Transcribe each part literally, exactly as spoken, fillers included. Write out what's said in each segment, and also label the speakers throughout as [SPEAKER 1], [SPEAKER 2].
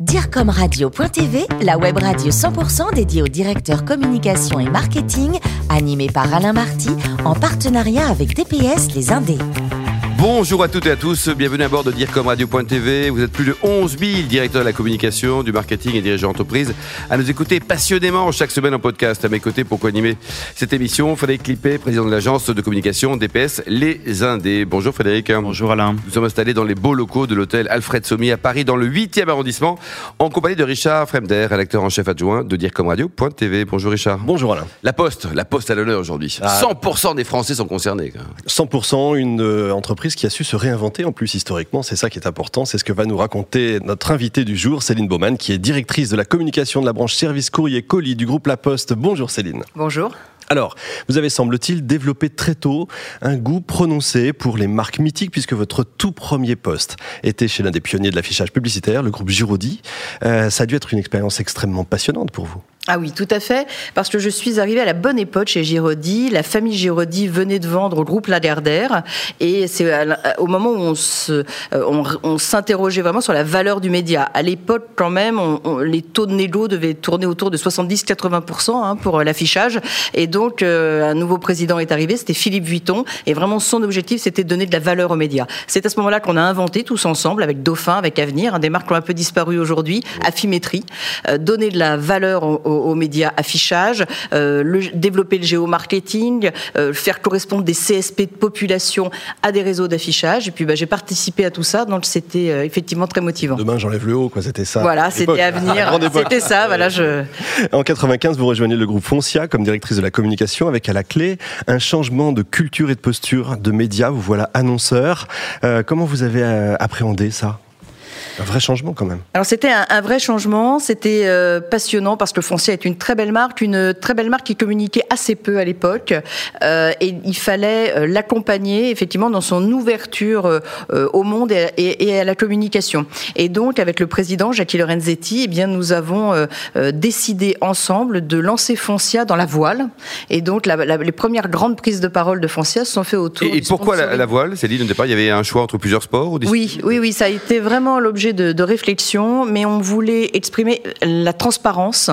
[SPEAKER 1] Direcomradio point t v, la web radio cent pour cent dédiée aux directeurs communication et marketing, animée par Alain Marty, en partenariat avec T P S Les Indés.
[SPEAKER 2] Bonjour à toutes et à tous, bienvenue à bord de Direcomradio point t v. Vous êtes plus de onze mille directeurs de la communication, du marketing et dirigeants d'entreprise à nous écouter passionnément chaque semaine en podcast. À mes côtés pour co-animer cette émission, Frédéric Clippé, président de l'agence de communication D P S Les Indés. Bonjour Frédéric.
[SPEAKER 3] Bonjour Alain.
[SPEAKER 2] Nous sommes installés dans les beaux locaux de l'hôtel Alfred Sommier à Paris, dans le huitième arrondissement, en compagnie de Richard Fremder, rédacteur en chef adjoint de Direcomradio point t v. Bonjour Richard.
[SPEAKER 4] Bonjour Alain.
[SPEAKER 2] La Poste, la Poste à l'honneur aujourd'hui. Ah. cent pour cent des Français sont concernés.
[SPEAKER 4] cent pour cent, une euh, entreprise qui a su se réinventer en plus historiquement, c'est ça qui est important, c'est ce que va nous raconter notre invitée du jour, Céline Baumann, qui est directrice de la communication de la branche service courrier colis du groupe La Poste. Bonjour Céline.
[SPEAKER 5] Bonjour.
[SPEAKER 4] Alors, vous avez, semble-t-il, développé très tôt un goût prononcé pour les marques mythiques, puisque votre tout premier poste était chez l'un des pionniers de l'affichage publicitaire, le groupe Giraudy. Euh, ça a dû être une expérience extrêmement passionnante pour vous.
[SPEAKER 5] Ah oui, tout à fait, parce que je suis arrivée à la bonne époque chez Giraudy. La famille Giraudy venait de vendre au groupe Lagardère, et c'est au moment où on, se, on, on s'interrogeait vraiment sur la valeur du média. À l'époque, quand même, on, on, les taux de négo devaient tourner autour de soixante-dix à quatre-vingts pour cent hein, pour l'affichage, et donc euh, un nouveau président est arrivé, c'était Philippe Vuitton, et vraiment son objectif, c'était de donner de la valeur aux médias. C'est à ce moment-là qu'on a inventé tous ensemble, avec Dauphin, avec Avenir, hein, des marques qui ont un peu disparu aujourd'hui, Affimétrie, euh, donner de la valeur aux, aux aux médias affichage, euh, le, développer le géomarketing, euh, faire correspondre des C S P de population à des réseaux d'affichage. Et puis bah, j'ai participé à tout ça, donc c'était euh, effectivement très motivant.
[SPEAKER 4] Demain j'enlève le haut, quoi, c'était ça.
[SPEAKER 5] Voilà, c'était Avenir, c'était ça. Voilà, je...
[SPEAKER 4] En quatre-vingt-quinze, vous rejoignez le groupe Foncia comme directrice de la communication, avec à la clé un changement de culture et de posture de médias. Vous voilà annonceur. Euh, comment vous avez euh, appréhendé ça ? Un vrai changement quand même.
[SPEAKER 5] Alors c'était un, un vrai changement, c'était euh, passionnant parce que Foncia est une très belle marque, une très belle marque qui communiquait assez peu à l'époque euh, et il fallait euh, l'accompagner effectivement dans son ouverture euh, au monde et, et, et à la communication. Et donc avec le président Jackie Lorenzetti, eh bien nous avons euh, euh, décidé ensemble de lancer Foncia dans la voile. Et donc la, la, les premières grandes prises de parole de Foncia se sont faites autour.
[SPEAKER 2] Et, et pourquoi la, la voile, Céline, au départ, il y avait un choix entre plusieurs sports ou des...
[SPEAKER 5] Oui, oui, oui, ça a été vraiment l'objet De, de réflexion, mais on voulait exprimer la transparence,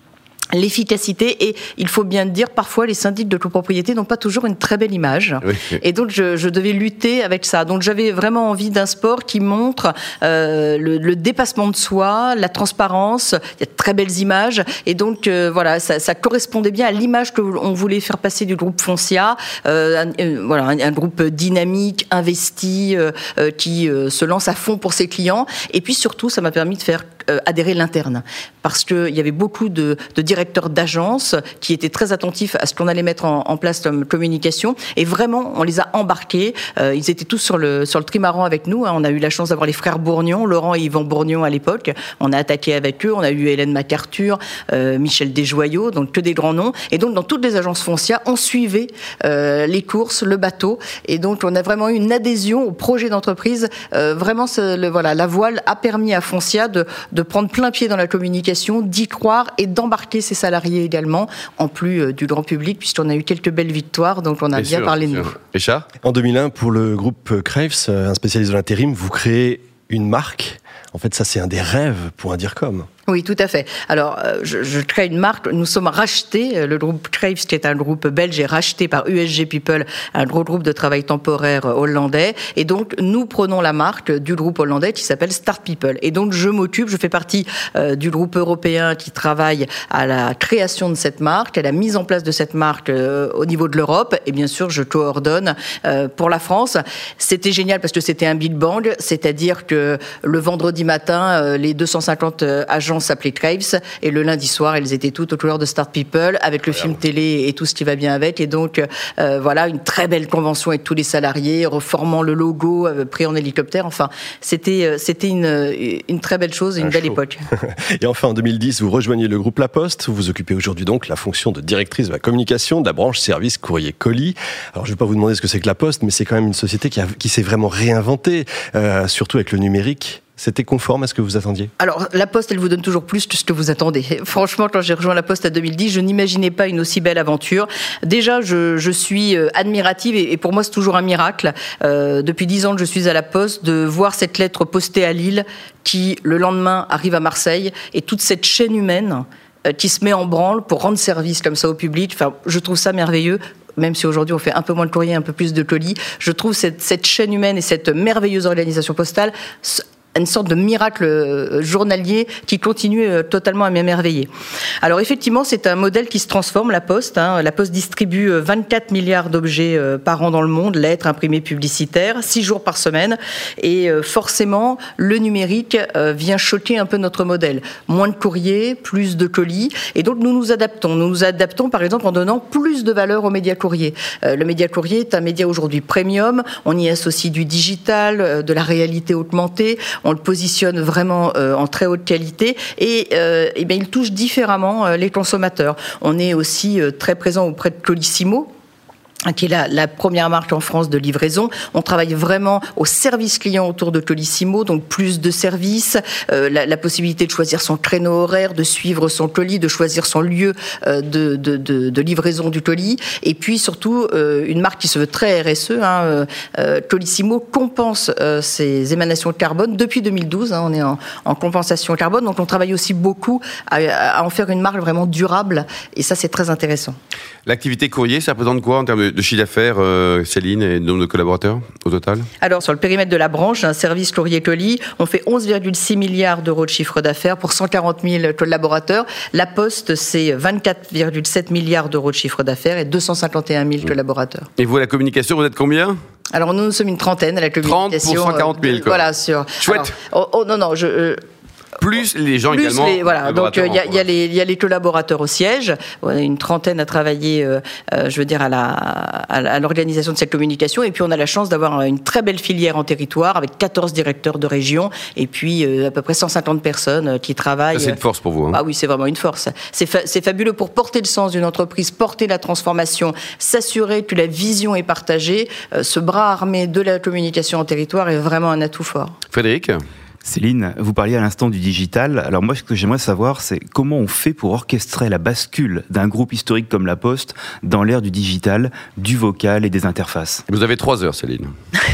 [SPEAKER 5] l'efficacité, et il faut bien dire, parfois les syndics de copropriété n'ont pas toujours une très belle image, oui. Et donc je, je devais lutter avec ça. Donc j'avais vraiment envie d'un sport qui montre euh, le, le dépassement de soi, la transparence, il y a de très belles images, et donc euh, voilà, ça, ça correspondait bien à l'image que on voulait faire passer du groupe Foncia, euh, un, euh, voilà, un, un groupe dynamique, investi, euh, euh, qui euh, se lance à fond pour ses clients, et puis surtout ça m'a permis de faire euh, adhérer l'interne, parce qu'il y avait beaucoup de, de directeurs d'agences qui étaient très attentifs à ce qu'on allait mettre en, en place comme communication, et vraiment on les a embarqués, euh, ils étaient tous sur le, sur le trimaran avec nous, hein. On a eu la chance d'avoir les frères Bourgnon, Laurent et Yvan Bourgnon à l'époque, on a attaqué avec eux, on a eu Hélène MacArthur, euh, Michel Desjoyaux, donc que des grands noms, et donc dans toutes les agences Foncia on suivait euh, les courses, le bateau, et donc on a vraiment eu une adhésion au projet d'entreprise, euh, vraiment le, voilà, la voile a permis à Foncia de, de prendre plein pied dans la communication, d'y croire et d'embarquer ses salariés également, en plus euh, du grand public, puisqu'on a eu quelques belles victoires, donc on a bien, bien sûr, parlé de nous.
[SPEAKER 2] Richard ?
[SPEAKER 4] En deux mille un, pour le groupe Crèves, un spécialiste de l'intérim, vous créez une marque. En fait, ça, c'est un des rêves pour un DIRCOM.
[SPEAKER 5] Oui, tout à fait. Alors, euh, je, je crée une marque. Nous sommes rachetés. Le groupe Crèves, qui est un groupe belge, est racheté par U S G People, un gros groupe de travail temporaire hollandais. Et donc, nous prenons la marque du groupe hollandais qui s'appelle Start People. Et donc, je m'occupe, je fais partie euh, du groupe européen qui travaille à la création de cette marque, à la mise en place de cette marque euh, au niveau de l'Europe. Et bien sûr, je coordonne euh, pour la France. C'était génial parce que c'était un big bang, c'est-à-dire que le vendredi matin, euh, les deux cent cinquante euh, agents s'appelait Crèves, et le lundi soir elles étaient toutes aux couleurs de Start People, avec le film télé et tout ce qui va bien avec, et donc euh, voilà, une très belle convention avec tous les salariés, reformant le logo, euh, pris en hélicoptère, enfin c'était, euh, c'était une, une très belle chose, une Un belle show. époque.
[SPEAKER 4] Et enfin en deux mille dix, vous rejoignez le groupe La Poste, vous vous occupez aujourd'hui donc la fonction de directrice de la communication de la branche service courrier colis. Alors je ne vais pas vous demander ce que c'est que La Poste, mais c'est quand même une société qui, a, qui s'est vraiment réinventée, euh, surtout avec le numérique. C'était conforme à ce que vous attendiez ?
[SPEAKER 5] Alors, la Poste, elle vous donne toujours plus que ce que vous attendez. Franchement, quand j'ai rejoint la Poste en deux mille dix, je n'imaginais pas une aussi belle aventure. Déjà, je, je suis admirative et, et pour moi, c'est toujours un miracle. Euh, depuis dix ans que je suis à la Poste, de voir cette lettre postée à Lille qui, le lendemain, arrive à Marseille et toute cette chaîne humaine euh, qui se met en branle pour rendre service comme ça au public. Enfin, je trouve ça merveilleux. Même si aujourd'hui on fait un peu moins de courrier, un peu plus de colis, je trouve cette, cette chaîne humaine et cette merveilleuse organisation postale une sorte de miracle journalier qui continue totalement à m'émerveiller. Alors effectivement, c'est un modèle qui se transforme, la Poste. Hein. La Poste distribue vingt-quatre milliards d'objets par an dans le monde, lettres, imprimés, publicitaires, six jours par semaine. Et forcément, le numérique vient choquer un peu notre modèle. Moins de courrier, plus de colis. Et donc nous nous adaptons. Nous nous adaptons par exemple en donnant plus de valeur au média courrier. Le média courrier est un média aujourd'hui premium. On y associe du digital, de la réalité augmentée. On le positionne vraiment euh, en très haute qualité et, euh, et bien, il touche différemment euh, les consommateurs. On est aussi euh, très présent auprès de Colissimo, qui est la, la première marque en France de livraison. On travaille vraiment au service client autour de Colissimo, donc plus de services, euh, la, la possibilité de choisir son créneau horaire, de suivre son colis, de choisir son lieu euh, de, de, de, de livraison du colis, et puis surtout euh, une marque qui se veut très R S E. Hein, euh, Colissimo compense euh, ses émanations de carbone depuis deux mille douze. Hein, on est en, en compensation carbone, donc on travaille aussi beaucoup à, à en faire une marque vraiment durable, et ça c'est très intéressant.
[SPEAKER 2] L'activité courrier, ça représente quoi en termes de, de chiffre d'affaires, euh, Céline, et de nombre de collaborateurs au total ? Alors,
[SPEAKER 5] sur le périmètre de la branche, un service courrier-colis, on fait onze virgule six milliards d'euros de chiffre d'affaires pour cent quarante mille collaborateurs. La Poste, c'est vingt-quatre virgule sept milliards d'euros de chiffre d'affaires et deux cent cinquante et un mille collaborateurs.
[SPEAKER 2] Et vous, à la communication, vous êtes combien ?
[SPEAKER 5] Alors, nous, nous sommes une trentaine à la communication.
[SPEAKER 2] trente pour cent quarante mille, quoi.
[SPEAKER 5] Voilà, sur...
[SPEAKER 2] Chouette.
[SPEAKER 5] Alors, oh, oh, non, non, je... Euh,
[SPEAKER 2] Plus les gens
[SPEAKER 5] Plus
[SPEAKER 2] également.
[SPEAKER 5] Les, voilà, donc il y, y, y a les collaborateurs au siège. On a une trentaine à travailler, euh, euh, je veux dire, à, la, à, à l'organisation de cette communication. Et puis on a la chance d'avoir une très belle filière en territoire avec quatorze directeurs de région et puis euh, à peu près cent cinquante personnes qui travaillent.
[SPEAKER 2] Ça, c'est une force pour vous. Hein.
[SPEAKER 5] Ah oui, c'est vraiment une force. C'est, fa- c'est fabuleux pour porter le sens d'une entreprise, porter la transformation, s'assurer que la vision est partagée. Euh, ce bras armé de la communication en territoire est vraiment un atout fort.
[SPEAKER 2] Frédéric ?
[SPEAKER 3] Céline, vous parliez à l'instant du digital. Alors moi, ce que j'aimerais savoir, c'est comment on fait pour orchestrer la bascule d'un groupe historique comme La Poste dans l'ère du digital, du vocal et des interfaces.
[SPEAKER 2] Vous avez trois heures, Céline.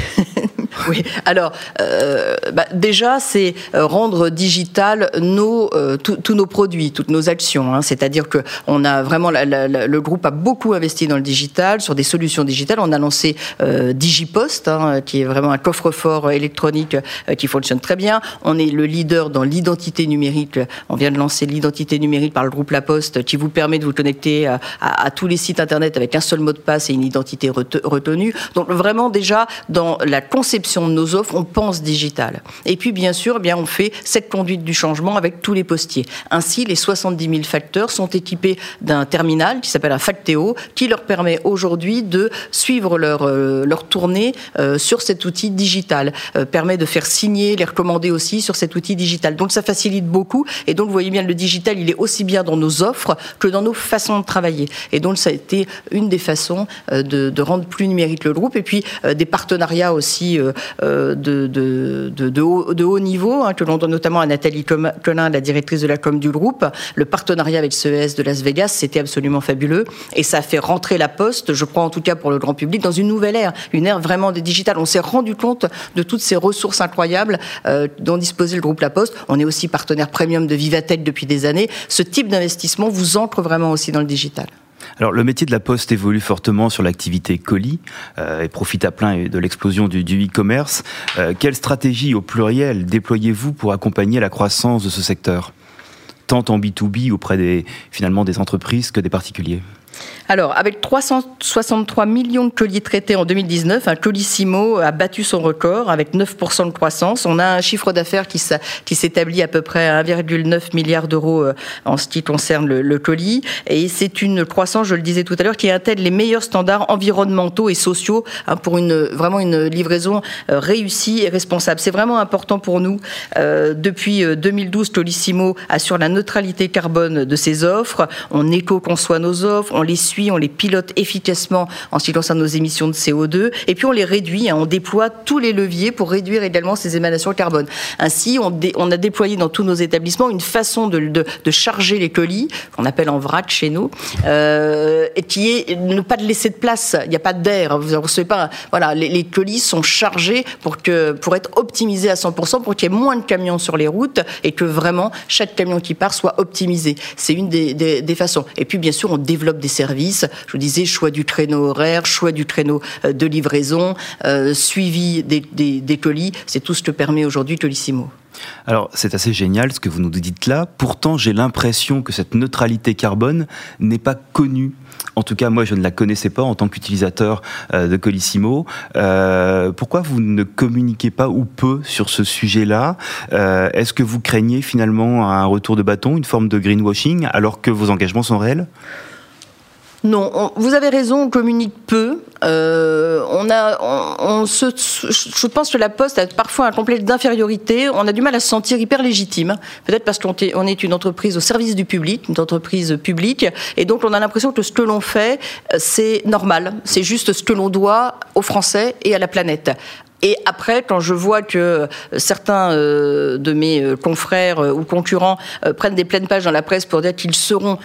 [SPEAKER 5] Oui, alors euh, bah, déjà c'est rendre digital nos euh, tous nos produits, toutes nos actions. Hein. C'est-à-dire que on a vraiment la, la, la, le groupe a beaucoup investi dans le digital, sur des solutions digitales. On a lancé euh, DigiPost, hein, qui est vraiment un coffre-fort électronique euh, qui fonctionne très bien. On est le leader dans l'identité numérique. On vient de lancer l'identité numérique par le groupe La Poste, qui vous permet de vous connecter à, à, à tous les sites internet avec un seul mot de passe et une identité retenue. Donc vraiment déjà dans la conception de nos offres, on pense digital. Et puis bien sûr, eh bien on fait cette conduite du changement avec tous les postiers. Ainsi, les soixante-dix mille facteurs sont équipés d'un terminal qui s'appelle un Factéo, qui leur permet aujourd'hui de suivre leur euh, leur tournée euh, sur cet outil digital. Euh, permet de faire signer, les recommander aussi sur cet outil digital. Donc ça facilite beaucoup. Et donc vous voyez bien, le digital, il est aussi bien dans nos offres que dans nos façons de travailler. Et donc ça a été une des façons euh, de, de rendre plus numérique le groupe. Et puis euh, des partenariats aussi euh, de, de, de, de, haut, de haut niveau, hein, que l'on doit notamment à Nathalie Collin, la directrice de la com du groupe. Le partenariat avec C E S de Las Vegas, c'était absolument fabuleux. Et ça a fait rentrer La Poste, je crois en tout cas pour le grand public, dans une nouvelle ère, une ère vraiment de digital. On s'est rendu compte de toutes ces ressources incroyables euh, dont disposait le groupe La Poste. On est aussi partenaire premium de Vivatech depuis des années. Ce type d'investissement vous ancre vraiment aussi dans le digital.
[SPEAKER 3] Alors, le métier de La Poste évolue fortement sur l'activité colis euh, et profite à plein de l'explosion du, du e-commerce. Euh, quelle stratégie au pluriel déployez-vous pour accompagner la croissance de ce secteur, tant en B deux B auprès des, finalement, des entreprises que des particuliers ?
[SPEAKER 5] Alors, avec trois cent soixante-trois millions de colis traités en deux mille dix-neuf, un Colissimo a battu son record avec neuf pour cent de croissance. On a un chiffre d'affaires qui, qui s'établit à peu près à un virgule neuf milliard d'euros en ce qui concerne le, le colis. Et c'est une croissance, je le disais tout à l'heure, qui intègre les meilleurs standards environnementaux et sociaux hein, pour une, vraiment une livraison réussie et responsable. C'est vraiment important pour nous. Euh, depuis deux mille douze, Colissimo assure la neutralité carbone de ses offres. On éco-conçoit nos offres, on les suit suit, on les pilote efficacement en ce qui concerne nos émissions de C O deux, et puis on les réduit, hein, on déploie tous les leviers pour réduire également ces émanations carbone. Ainsi, on, dé, on a déployé dans tous nos établissements une façon de, de, de charger les colis, qu'on appelle en vrac chez nous, euh, et qui est ne pas de laisser de place, il n'y a pas d'air, vous ne recevez pas, voilà, les, les colis sont chargés pour, que, pour être optimisés à cent pour cent, pour qu'il y ait moins de camions sur les routes, et que vraiment, chaque camion qui part soit optimisé. C'est une des, des, des façons. Et puis, bien sûr, on développe des services, je vous disais, choix du créneau horaire, choix du créneau de livraison, euh, suivi des, des, des colis, c'est tout ce que permet aujourd'hui Colissimo.
[SPEAKER 3] Alors, c'est assez génial ce que vous nous dites là. Pourtant, j'ai l'impression que cette neutralité carbone n'est pas connue. En tout cas, moi, je ne la connaissais pas en tant qu'utilisateur euh, de Colissimo. Euh, pourquoi vous ne communiquez pas ou peu sur ce sujet-là ? euh, Est-ce que vous craignez finalement un retour de bâton, une forme de greenwashing, alors que vos engagements sont réels ?
[SPEAKER 5] Non, on, vous avez raison, on communique peu. Euh, on a, on, on se, je pense que la Poste a parfois un complexe d'infériorité. On a du mal à se sentir hyper légitime. Peut-être parce qu'on est, on est une entreprise au service du public, une entreprise publique, et donc on a l'impression que ce que l'on fait, c'est normal. C'est juste ce que l'on doit aux Français et à la planète. Et après, quand je vois que certains euh, de mes euh, confrères euh, ou concurrents euh, prennent des pleines pages dans la presse pour dire qu'ils seront,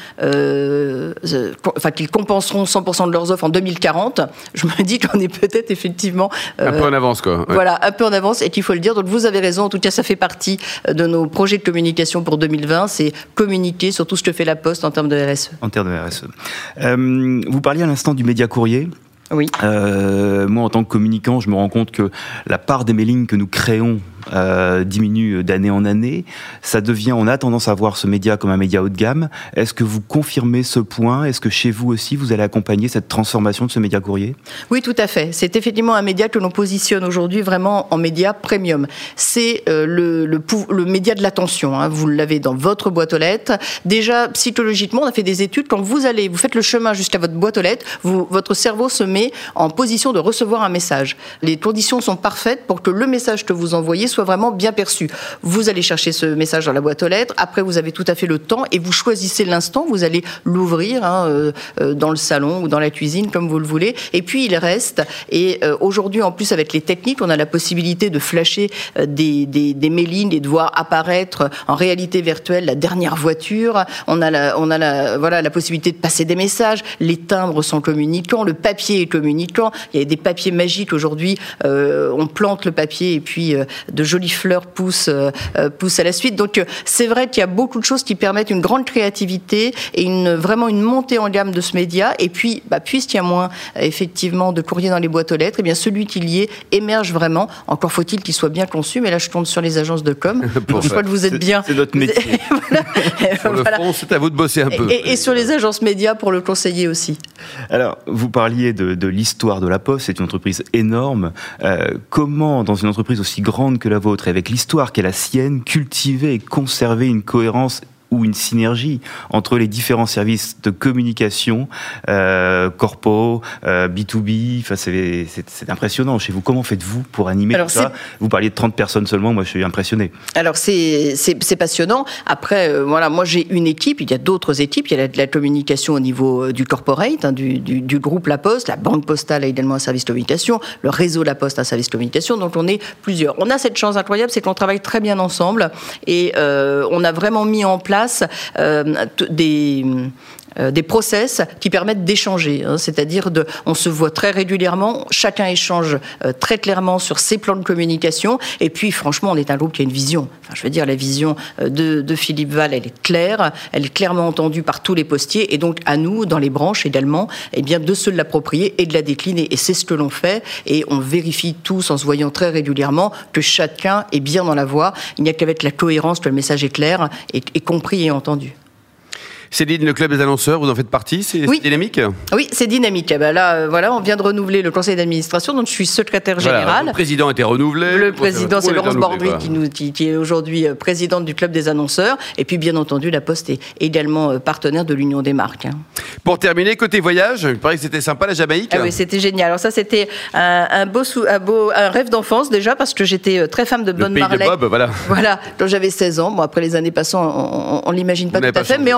[SPEAKER 5] euh, euh, enfin qu'ils compenseront cent pour cent de leurs offres en deux mille quarante, je me dis qu'on est peut-être effectivement
[SPEAKER 2] euh, un peu en avance, quoi. Ouais.
[SPEAKER 5] Voilà, un peu en avance, et qu'il faut le dire. Donc vous avez raison. En tout cas, ça fait partie de nos projets de communication pour deux mille vingt. C'est communiquer sur tout ce que fait la Poste en termes de R S E.
[SPEAKER 3] En termes de R S E. Euh, vous parliez à l'instant du média courrier.
[SPEAKER 5] Oui.
[SPEAKER 3] Euh, moi, en tant que communicant, je me rends compte que la part des mailings que nous créons euh, diminue d'année en année. Ça devient, on a tendance à voir ce média comme un média haut de gamme. Est-ce que vous confirmez ce point ? Est-ce que chez vous aussi, vous allez accompagner cette transformation de ce média courrier ?
[SPEAKER 5] Oui, tout à fait. C'est effectivement un média que l'on positionne aujourd'hui vraiment en média premium. C'est euh, le, le, le média de l'attention. Hein. Vous l'avez dans votre boîte aux lettres. Déjà, psychologiquement, on a fait des études. Quand vous allez, vous faites le chemin jusqu'à votre boîte aux lettres, vous, votre cerveau se met en position de recevoir un message. Les conditions sont parfaites pour que le message que vous envoyez soit vraiment bien perçu. Vous allez chercher ce message dans la boîte aux lettres, après vous avez tout à fait le temps et vous choisissez l'instant, vous allez l'ouvrir hein, euh, euh, dans le salon ou dans la cuisine, comme vous le voulez, et puis il reste. Et euh, aujourd'hui, en plus, avec les techniques, on a la possibilité de flasher euh, des, des, des mailings et de voir apparaître en réalité virtuelle la dernière voiture. On a, la, on a la, voilà, la possibilité de passer des messages, les timbres sont communicants, le papier est communicant, il y a des papiers magiques aujourd'hui, euh, on plante le papier et puis euh, de jolies fleurs poussent, euh, poussent à la suite. Donc euh, c'est vrai qu'il y a beaucoup de choses qui permettent une grande créativité et une, vraiment une montée en gamme de ce média. Et puis, bah, puisqu'il y a moins effectivement de courrier dans les boîtes aux lettres, eh bien celui qui y est émerge vraiment. Encore faut-il qu'il soit bien conçu, mais là je tourne sur les agences de com. Donc, je crois que vous êtes bien.
[SPEAKER 3] C'est notre métier.
[SPEAKER 5] Voilà.
[SPEAKER 2] Sur le
[SPEAKER 5] Voilà.
[SPEAKER 2] fond, c'est à vous de bosser un peu.
[SPEAKER 5] Et, et sur les agences médias pour le conseiller aussi.
[SPEAKER 3] Alors, vous parliez de, de l'histoire de la Poste, c'est une entreprise énorme. Euh, comment, dans une entreprise aussi grande que la vôtre, et avec l'histoire qui est la sienne, cultiver et conserver une cohérence ou une synergie entre les différents services de communication, euh, corpo, euh, B deux B, enfin c'est, c'est, c'est impressionnant chez vous. Comment faites-vous pour animer
[SPEAKER 5] Alors,
[SPEAKER 3] tout ça ? Vous parliez de trente personnes seulement, moi je suis impressionné.
[SPEAKER 5] Alors c'est, c'est, c'est passionnant. Après, euh, voilà, moi j'ai une équipe, il y a d'autres équipes, il y a la, la communication au niveau euh, du corporate, hein, du, du, du groupe La Poste, la Banque Postale a également un service de communication, le réseau La Poste a un service de communication, donc on est plusieurs. On a cette chance incroyable, c'est qu'on travaille très bien ensemble et euh, on a vraiment mis en place Euh, des, euh, des process qui permettent d'échanger. Hein, c'est-à-dire, de, on se voit très régulièrement, chacun échange euh, très clairement sur ses plans de communication. Et puis, franchement, on est un groupe qui a une vision. Enfin, je veux dire, la vision de, de Philippe Val, elle est claire, elle est clairement entendue par tous les postiers. Et donc, à nous, dans les branches également, eh bien, de se l'approprier et de la décliner. Et c'est ce que l'on fait. Et on vérifie tous, en se voyant très régulièrement, que chacun est bien dans la voie. Il n'y a qu'avec la cohérence que le message est clair et, et compris et entendu.
[SPEAKER 2] Céline, le club des annonceurs, vous en faites partie, c'est,
[SPEAKER 5] oui.
[SPEAKER 2] c'est dynamique ?
[SPEAKER 5] Oui, c'est dynamique. Ben là, euh, voilà, on vient de renouveler le conseil d'administration, donc je suis secrétaire général.
[SPEAKER 2] Voilà, le président a été renouvelé.
[SPEAKER 5] Le président, c'est Laurence Borduy
[SPEAKER 2] voilà.
[SPEAKER 5] qui, nous, qui, qui est aujourd'hui présidente du club des annonceurs. Et puis, bien entendu, la Poste est également partenaire de l'Union des marques.
[SPEAKER 2] Pour terminer, côté voyage, il paraît que c'était sympa la Jamaïque.
[SPEAKER 5] Ah oui, c'était génial. Alors ça, c'était un, un, beau, sou, un, beau, un rêve d'enfance déjà, parce que j'étais très fan de Bonne Marley.
[SPEAKER 2] Le pays de Bob, voilà.
[SPEAKER 5] Voilà, quand j'avais seize ans. Bon, après les années passant, on ne l'imagine pas
[SPEAKER 2] Vous
[SPEAKER 5] tout à
[SPEAKER 2] pas
[SPEAKER 5] fait.
[SPEAKER 2] changé.
[SPEAKER 5] Mais en fait,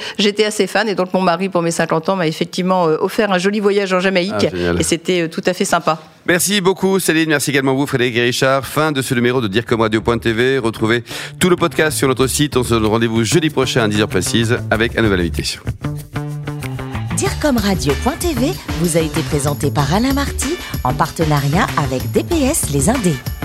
[SPEAKER 5] j'étais assez fan. Et donc mon mari, pour mes cinquante ans, m'a effectivement offert un joli voyage en Jamaïque. Ah, et c'était tout à fait sympa.
[SPEAKER 2] Merci beaucoup Céline, merci également vous Frédéric et Richard. Fin de ce numéro de dire comme radio point t v. Retrouvez tout le podcast sur notre site. On se donne rendez-vous jeudi prochain à dix heures précise avec un nouvel invité.
[SPEAKER 1] dire comme radio point t v vous a été présenté par Alain Marty en partenariat avec D P S Les Indés.